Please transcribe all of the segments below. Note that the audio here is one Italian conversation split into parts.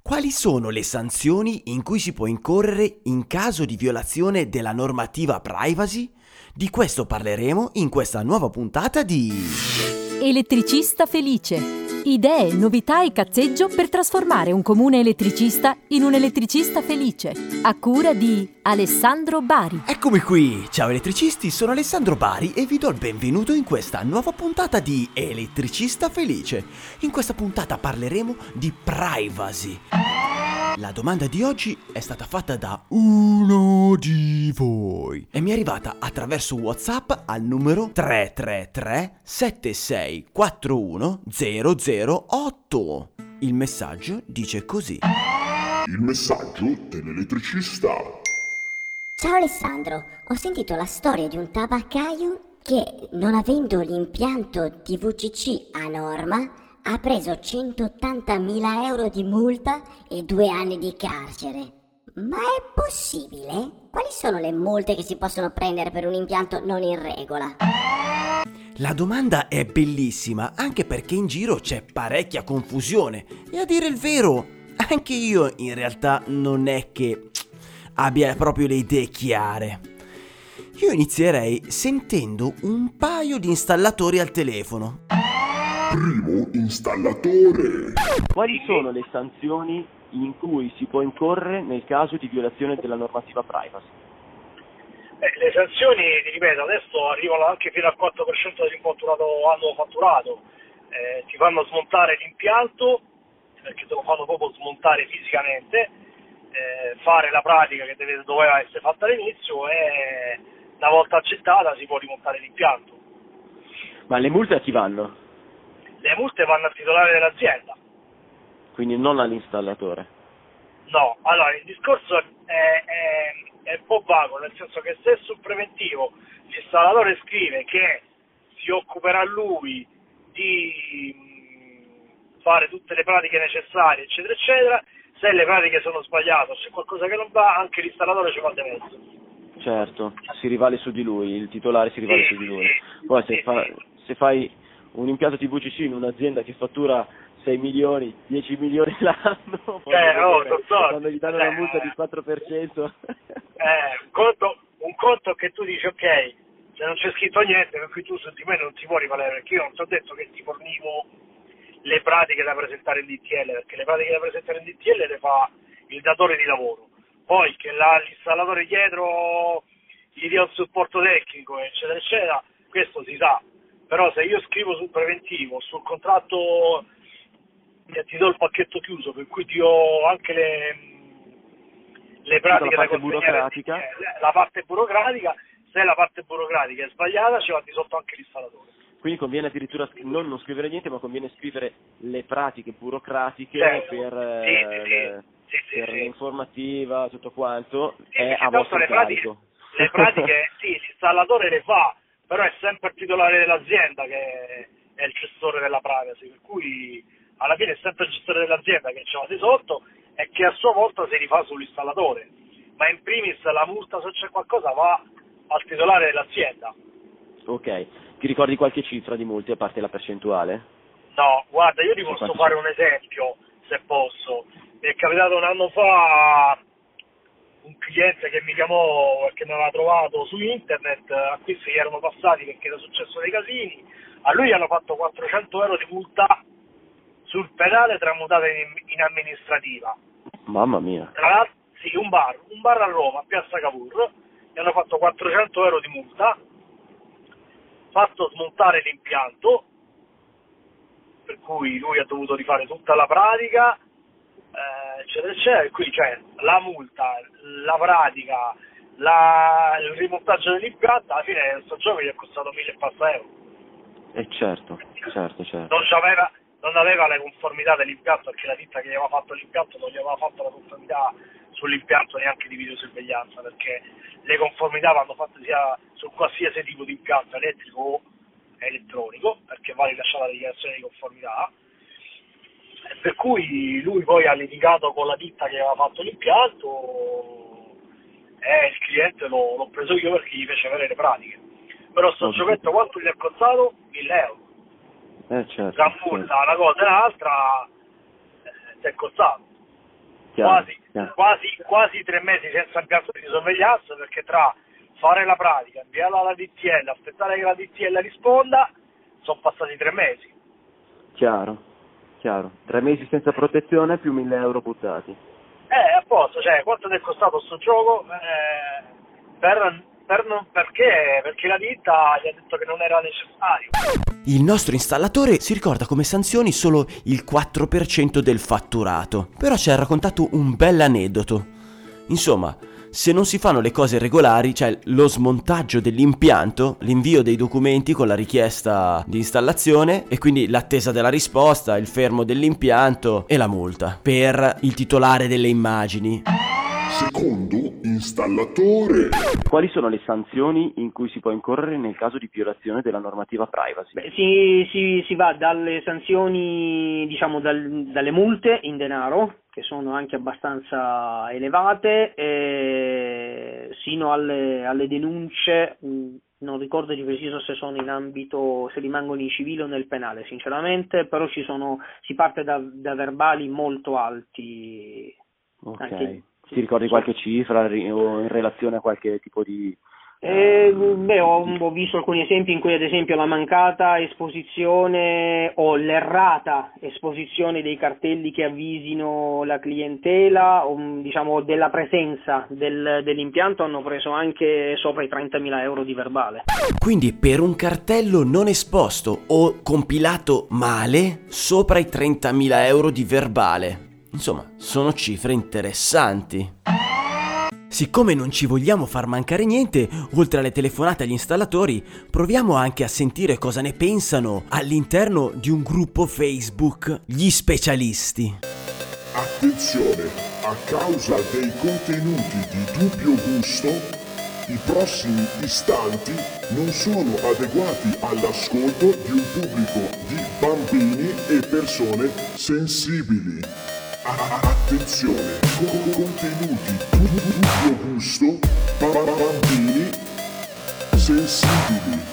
Quali sono le sanzioni in cui si può incorrere in caso di violazione della normativa privacy? Di questo parleremo in questa nuova puntata di Elettricista felice. Idee, novità e cazzeggio per trasformare un comune elettricista in un elettricista felice. A cura di Alessandro Bari. Eccomi qui, ciao elettricisti, sono Alessandro Bari e vi do il benvenuto in questa nuova puntata di Elettricista Felice. In questa puntata parleremo di privacy. La domanda di oggi è stata fatta da uno di voi e mi è arrivata attraverso WhatsApp al numero 333 7641 008. Il messaggio dice così. Il messaggio dell'elettricista. Ciao Alessandro, ho sentito la storia di un tabaccaio che, non avendo l'impianto TVCC a norma, ha preso 180.000 euro di multa e 2 anni di carcere. Ma è possibile? Quali sono le multe che si possono prendere per un impianto non in regola? La domanda è bellissima, anche perché in giro c'è parecchia confusione. E a dire il vero, anche io in realtà non è che abbia proprio le idee chiare. Io inizierei sentendo un paio di installatori al telefono. Primo installatore. Quali sono le sanzioni in cui si può incorrere nel caso di violazione della normativa privacy? Le sanzioni, ti ripeto, adesso arrivano anche fino al 4% dell'importo annuo fatturato. Ti fanno smontare l'impianto, perché te lo fanno proprio smontare fisicamente, fare la pratica che doveva essere fatta all'inizio e una volta accettata si può rimontare l'impianto. Ma le multe a chi vanno? Le multe vanno al titolare dell'azienda. Quindi non all'installatore? No, allora il discorso è un po' vago, nel senso che se sul preventivo l'installatore scrive che si occuperà lui di fare tutte le pratiche necessarie, eccetera, eccetera, se le pratiche sono sbagliate o se qualcosa che non va, anche l'installatore ci va di mezzo. Certo, si rivale su di lui, il titolare si rivale su di lui. Poi se fai un impianto TVCC in un'azienda che fattura 6 milioni, 10 milioni l'anno, quando gli danno una multa di 4%. Un conto che tu dici ok, se non c'è scritto niente, per cui tu su di me non ti puoi rivalere, perché io non ti ho detto che ti fornivo le pratiche da presentare in DTL, perché le pratiche da presentare in DTL le fa il datore di lavoro. Poi che l'installatore dietro gli dia un supporto tecnico, eccetera, eccetera, questo si sa. Però se io scrivo sul preventivo, sul contratto ti do il pacchetto chiuso, per cui ti do anche le pratiche da consegnare, la parte burocratica, se la parte burocratica è sbagliata ci va di sotto anche l'installatore. Quindi conviene addirittura non scrivere niente, ma conviene scrivere le pratiche burocratiche per l'informativa, tutto quanto, è a vostro carico. Le pratiche, sì, l'installatore le fa, però è sempre il titolare dell'azienda che è il gestore della privacy, per cui alla fine è sempre il gestore dell'azienda che ci va di sotto e che a sua volta si rifà sull'installatore, ma in primis la multa, se c'è qualcosa, va al titolare dell'azienda. Ok, ti ricordi qualche cifra di multe a parte la percentuale? No, guarda, io ti posso fare un esempio, se posso. Mi è capitato un anno fa un cliente che mi chiamò perché mi aveva trovato su internet, a cui si erano passati perché era successo dei casini, a lui gli hanno fatto 400 euro di multa sul penale tramutata in amministrativa. Mamma mia. Tra l'altro, sì, un bar a Roma, a Piazza Cavour, gli hanno fatto 400 euro di multa, fatto smontare l'impianto, per cui lui ha dovuto rifare tutta la pratica, eccetera, eccetera, e qui c'è la multa, la pratica, il rimontaggio dell'impianto, alla fine questo gioco gli è costato 1.000 e passa euro. Certo. Non aveva le conformità dell'impianto, perché la ditta che gli aveva fatto l'impianto non gli aveva fatto la conformità sull'impianto neanche di videosorveglianza, perché le conformità vanno fatte sia su qualsiasi tipo di impianto, elettrico o elettronico, perché va rilasciata la dichiarazione di conformità, e per cui lui poi ha litigato con la ditta che aveva fatto l'impianto e il cliente l'ho preso io perché gli fece avere le pratiche. Però sto giochetto quanto gli è costato? 1.000 euro. Certo. La multa, una cosa e l'altra ti è costato. Chiaro. quasi 3 mesi senza impianto di sorveglianza, perché tra fare la pratica, inviarla alla DTL, aspettare che la DTL risponda, sono passati 3 mesi. Chiaro. 3 mesi senza protezione più 1.000 euro buttati. A posto, cioè, quanto ti è costato sto gioco? Perché la ditta gli ha detto che non era necessario. Il nostro installatore si ricorda come sanzioni solo il 4% del fatturato, però ci ha raccontato un bel aneddoto. Insomma, se non si fanno le cose regolari, cioè lo smontaggio dell'impianto, l'invio dei documenti con la richiesta di installazione e quindi l'attesa della risposta, il fermo dell'impianto e la multa per il titolare delle immagini. Secondo installatore. Quali sono le sanzioni in cui si può incorrere nel caso di violazione della normativa privacy? Si va dalle sanzioni, diciamo dalle multe in denaro, che sono anche abbastanza elevate, sino alle denunce. Non ricordo di preciso se sono in ambito, se rimangono in civile o nel penale, sinceramente, però si parte da verbali molto alti. Ok. Anche, ti ricordi qualche cifra o in relazione a qualche tipo di... Ho visto alcuni esempi in cui ad esempio la mancata esposizione o l'errata esposizione dei cartelli che avvisino la clientela o diciamo della presenza dell'impianto hanno preso anche sopra i 30.000 euro di verbale. Quindi per un cartello non esposto o compilato male, sopra i 30.000 euro di verbale. Insomma, sono cifre interessanti. Siccome non ci vogliamo far mancare niente, oltre alle telefonate agli installatori, proviamo anche a sentire cosa ne pensano all'interno di un gruppo Facebook, gli specialisti. Attenzione, a causa dei contenuti di dubbio gusto, i prossimi istanti non sono adeguati all'ascolto di un pubblico di bambini e persone sensibili. Attenzione, contenuti dubbio gusto, bambini sensibili.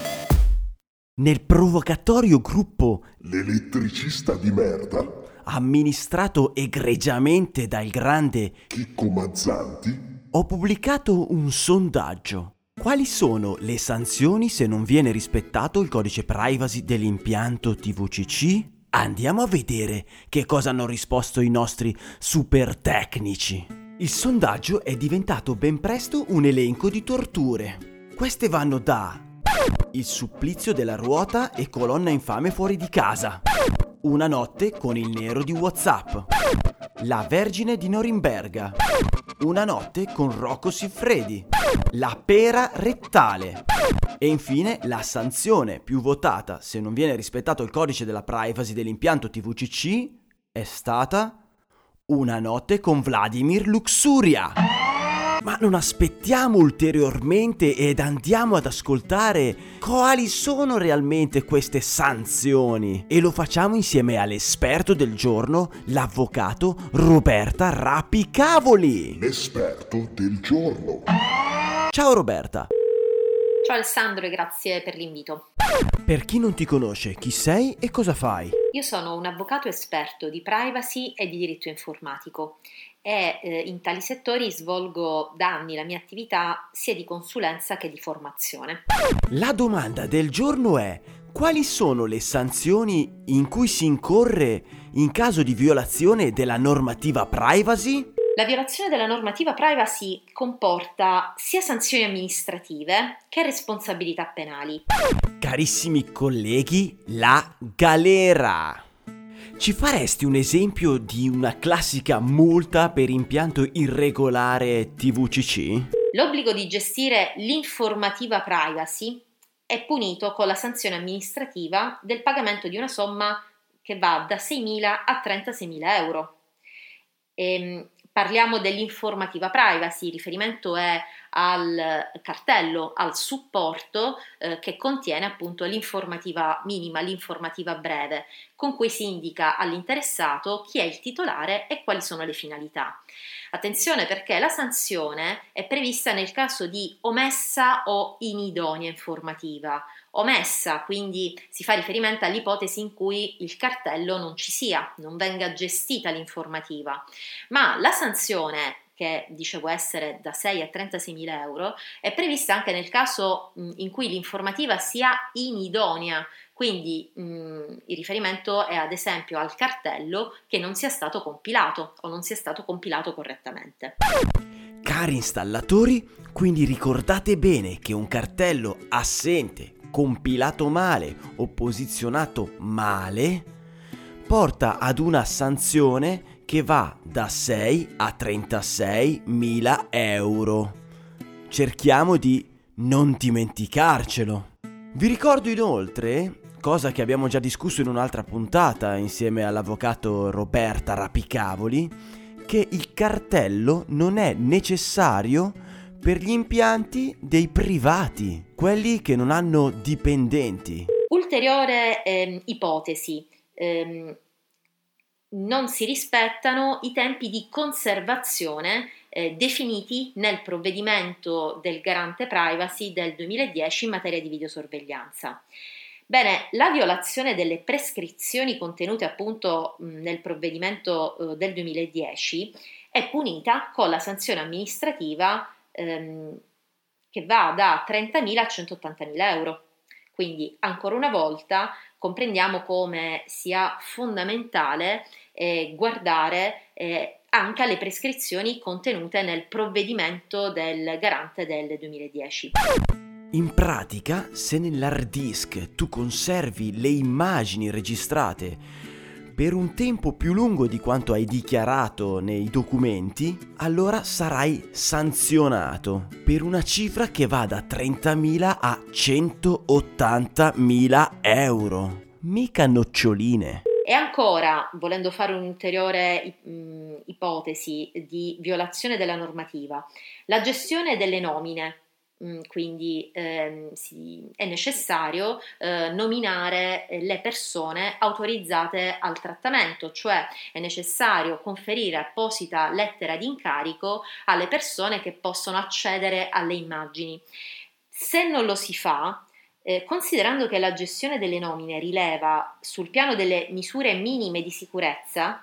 Nel provocatorio gruppo L'elettricista di merda, amministrato egregiamente dal grande Chicco Mazzanti, ho pubblicato un sondaggio. Quali sono le sanzioni se non viene rispettato il codice privacy dell'impianto TVCC? Andiamo a vedere che cosa hanno risposto i nostri super tecnici. Il sondaggio è diventato ben presto un elenco di torture. Queste vanno da il supplizio della ruota e colonna infame fuori di casa, una notte con il nero di WhatsApp, la Vergine di Norimberga, una notte con Rocco Siffredi, la pera rettale e infine la sanzione più votata se non viene rispettato il codice della privacy dell'impianto TVCC è stata una notte con Vladimir Luxuria. Ma non aspettiamo ulteriormente ed andiamo ad ascoltare quali sono realmente queste sanzioni e lo facciamo insieme all'esperto del giorno, l'avvocato Roberta Rapicavoli. l'esperto del giorno. Ciao Roberta. Ciao Alessandro e grazie per l'invito. Per chi non ti conosce, chi sei e cosa fai? Io sono un avvocato esperto di privacy e di diritto informatico e in tali settori svolgo da anni la mia attività sia di consulenza che di formazione. La domanda del giorno è: quali sono le sanzioni in cui si incorre in caso di violazione della normativa privacy? La violazione della normativa privacy comporta sia sanzioni amministrative che responsabilità penali. Carissimi colleghi, la galera! Ci faresti un esempio di una classica multa per impianto irregolare TVCC? L'obbligo di gestire l'informativa privacy è punito con la sanzione amministrativa del pagamento di una somma che va da 6.000 a 36.000 euro. Parliamo dell'informativa privacy, il riferimento è al cartello, al supporto che contiene appunto l'informativa minima, l'informativa breve, con cui si indica all'interessato chi è il titolare e quali sono le finalità. Attenzione perché la sanzione è prevista nel caso di omessa o inidonea informativa omessa, quindi si fa riferimento all'ipotesi in cui il cartello non ci sia, non venga gestita l'informativa. Ma la sanzione, che dicevo essere da 6 a 36.000 euro, è prevista anche nel caso in cui l'informativa sia inidonea, quindi il riferimento è ad esempio al cartello che non sia stato compilato o non sia stato compilato correttamente. Cari installatori, quindi ricordate bene che un cartello assente, compilato male o posizionato male porta ad una sanzione che va da 6 a 36.000 euro. Cerchiamo di non dimenticarcelo. Vi ricordo inoltre, cosa che abbiamo già discusso in un'altra puntata insieme all'avvocato Roberta Rapicavoli, che il cartello non è necessario per gli impianti dei privati, quelli che non hanno dipendenti. Ulteriore ipotesi. Non si rispettano i tempi di conservazione definiti nel provvedimento del Garante Privacy del 2010 in materia di videosorveglianza. Bene, la violazione delle prescrizioni contenute appunto nel provvedimento del 2010 è punita con la sanzione amministrativa che va da 30.000 a 180.000 euro. Quindi ancora una volta comprendiamo come sia fondamentale guardare anche alle prescrizioni contenute nel provvedimento del Garante del 2010. In pratica, se nell'hard disk tu conservi le immagini registrate per un tempo più lungo di quanto hai dichiarato nei documenti, allora sarai sanzionato per una cifra che va da 30.000 a 180.000 euro. Mica noccioline. E ancora, volendo fare un'ulteriore ipotesi di violazione della normativa, la gestione delle nomine. Quindi è necessario nominare le persone autorizzate al trattamento, cioè è necessario conferire apposita lettera di incarico alle persone che possono accedere alle immagini. Se non lo si fa, considerando che la gestione delle nomine rileva sul piano delle misure minime di sicurezza,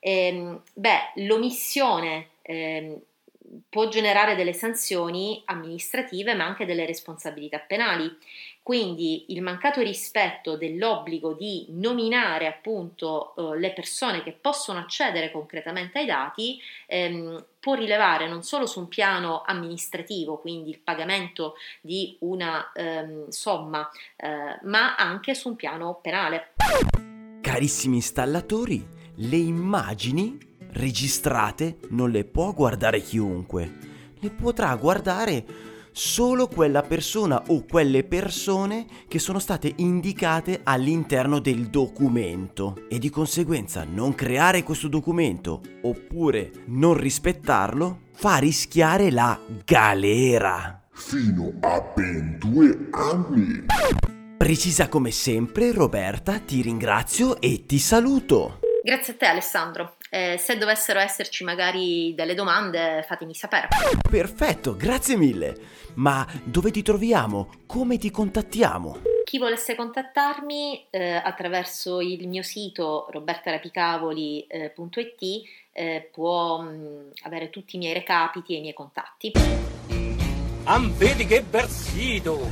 l'omissione può generare delle sanzioni amministrative ma anche delle responsabilità penali. Quindi il mancato rispetto dell'obbligo di nominare appunto le persone che possono accedere concretamente ai dati può rilevare non solo su un piano amministrativo, quindi il pagamento di una somma, ma anche su un piano penale. Carissimi installatori, le immagini registrate non le può guardare chiunque, le potrà guardare solo quella persona o quelle persone che sono state indicate all'interno del documento e di conseguenza non creare questo documento oppure non rispettarlo fa rischiare la galera fino a ben 2 anni. Precisa come sempre Roberta, ti ringrazio e ti saluto. Grazie a te Alessandro. Se dovessero esserci magari delle domande, fatemi sapere. Perfetto, grazie mille. Ma dove ti troviamo? Come ti contattiamo? Chi volesse contattarmi attraverso il mio sito robertarapicavoli.it può avere tutti i miei recapiti e i miei contatti. Vedi che bel sito!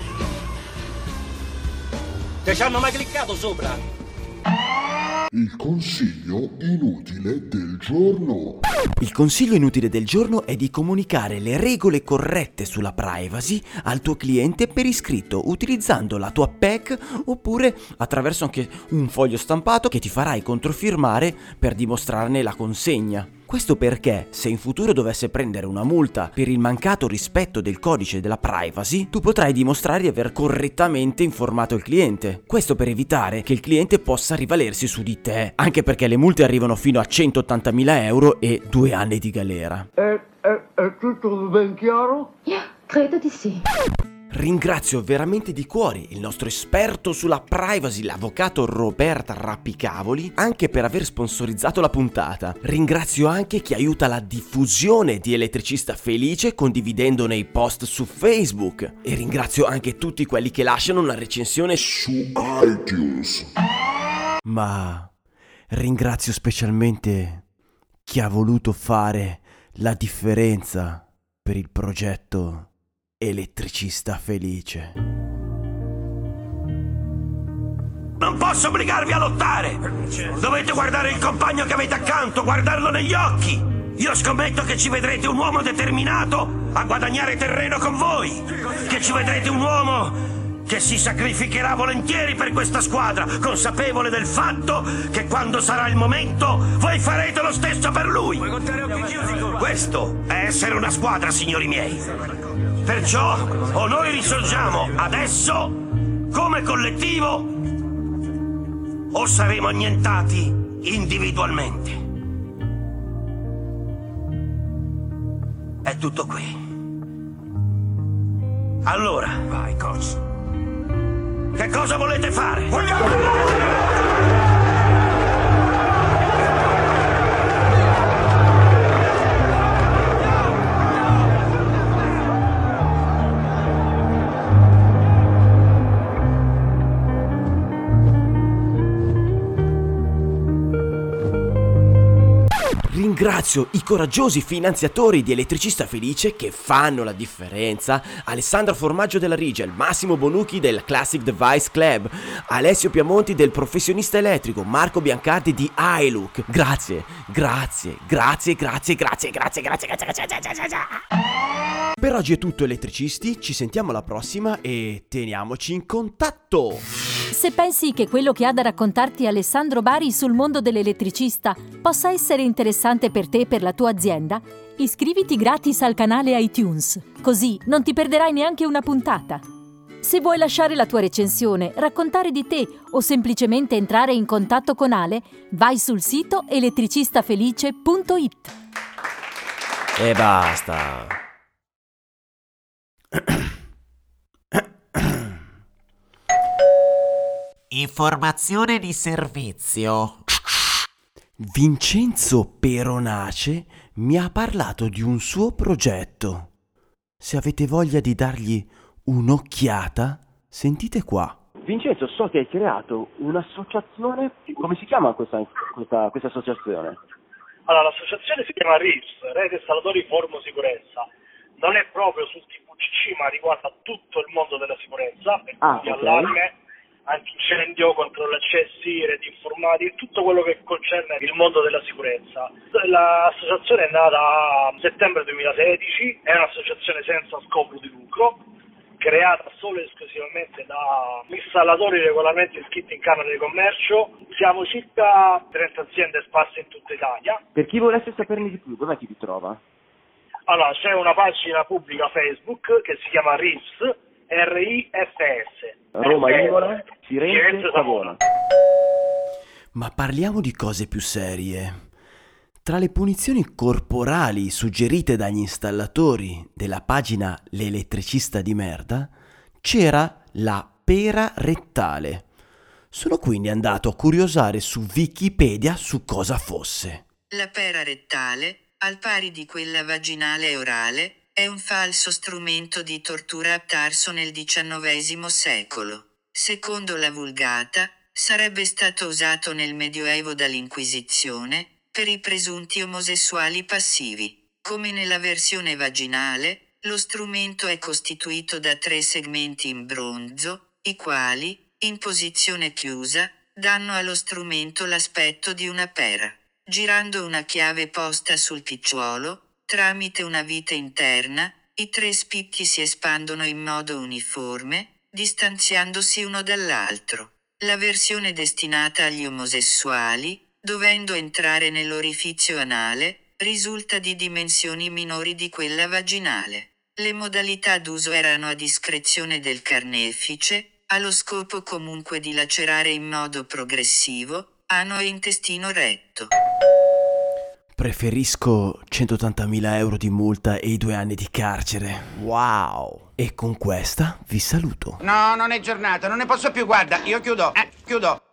Te ci hanno mai cliccato sopra? Il consiglio inutile del giorno. Il consiglio inutile del giorno è di comunicare le regole corrette sulla privacy al tuo cliente per iscritto utilizzando la tua PEC oppure attraverso anche un foglio stampato che ti farai controfirmare per dimostrarne la consegna. Questo perché se in futuro dovesse prendere una multa per il mancato rispetto del codice della privacy, tu potrai dimostrare di aver correttamente informato il cliente. Questo per evitare che il cliente possa rivalersi su di te, anche perché le multe arrivano fino a 180.000 euro e 2 anni di galera. È tutto ben chiaro? Credo di sì. Ringrazio veramente di cuore il nostro esperto sulla privacy, l'avvocato Roberta Rappicavoli, anche per aver sponsorizzato la puntata. Ringrazio anche chi aiuta la diffusione di Elettricista Felice condividendone i post su Facebook. E ringrazio anche tutti quelli che lasciano una recensione su iTunes. Ma ringrazio specialmente chi ha voluto fare la differenza per il progetto Elettricista Felice. Non posso obbligarvi a lottare! Dovete guardare il compagno che avete accanto, guardarlo negli occhi! Io scommetto che ci vedrete un uomo determinato a guadagnare terreno con voi! Che ci vedrete un uomo che si sacrificherà volentieri per questa squadra, consapevole del fatto che quando sarà il momento voi farete lo stesso per lui! Questo è essere una squadra, signori miei! Perciò o noi risorgiamo adesso come collettivo o saremo annientati individualmente. È tutto qui. Allora, vai coach. Che cosa volete fare? Ringrazio i coraggiosi finanziatori di Elettricista Felice che fanno la differenza: Alessandro Formaggio della Rigel, Massimo Bonucchi del Classic Device Club, Alessio Piamonti del Professionista Elettrico, Marco Biancardi di iLook. Grazie. Per oggi è tutto, elettricisti, ci sentiamo alla prossima e teniamoci in contatto! Se pensi che quello che ha da raccontarti Alessandro Bari sul mondo dell'elettricista possa essere interessante per te e per la tua azienda, iscriviti gratis al canale iTunes, così non ti perderai neanche una puntata. Se vuoi lasciare la tua recensione, raccontare di te o semplicemente entrare in contatto con Ale, vai sul sito elettricistafelice.it. E basta! Informazione di servizio. Vincenzo Peronace mi ha parlato di un suo progetto. Se avete voglia di dargli un'occhiata, sentite qua. Vincenzo, so che hai creato un'associazione. Come si chiama questa associazione? Allora, l'associazione si chiama RIS, Rete Installatori Formo Sicurezza. Non è proprio sul TVCC, ma riguarda tutto il mondo della sicurezza, per cui allarme, antincendio, controllo accessi, reti informatiche, tutto quello che concerne il mondo della sicurezza. L'associazione è nata a settembre 2016, è un'associazione senza scopo di lucro, creata solo e esclusivamente da installatori regolarmente iscritti in Camera di Commercio. Siamo circa 30 aziende sparse in tutta Italia. Per chi volesse saperne di più, dov'è che ti trova? Allora, c'è una pagina pubblica Facebook che si chiama RIFS, RIFS. Roma, Imola, Firenze, Savona. Ma parliamo di cose più serie. Tra le punizioni corporali suggerite dagli installatori della pagina L'Elettricista di Merda c'era la pera rettale. Sono quindi andato a curiosare su Wikipedia su cosa fosse. La pera rettale, al pari di quella vaginale e orale, è un falso strumento di tortura apparso nel XIX secolo. Secondo la Vulgata, sarebbe stato usato nel Medioevo dall'Inquisizione per i presunti omosessuali passivi. Come nella versione vaginale, lo strumento è costituito da 3 segmenti in bronzo, i quali, in posizione chiusa, danno allo strumento l'aspetto di una pera. Girando una chiave posta sul picciolo, tramite una vite interna, i 3 spicchi si espandono in modo uniforme, distanziandosi uno dall'altro. La versione destinata agli omosessuali, dovendo entrare nell'orifizio anale, risulta di dimensioni minori di quella vaginale. Le modalità d'uso erano a discrezione del carnefice, allo scopo comunque di lacerare in modo progressivo ano e intestino retto. Preferisco 180.000 euro di multa e i 2 anni di carcere. Wow. E con questa vi saluto. No, non è giornata, non ne posso più, guarda, io chiudo.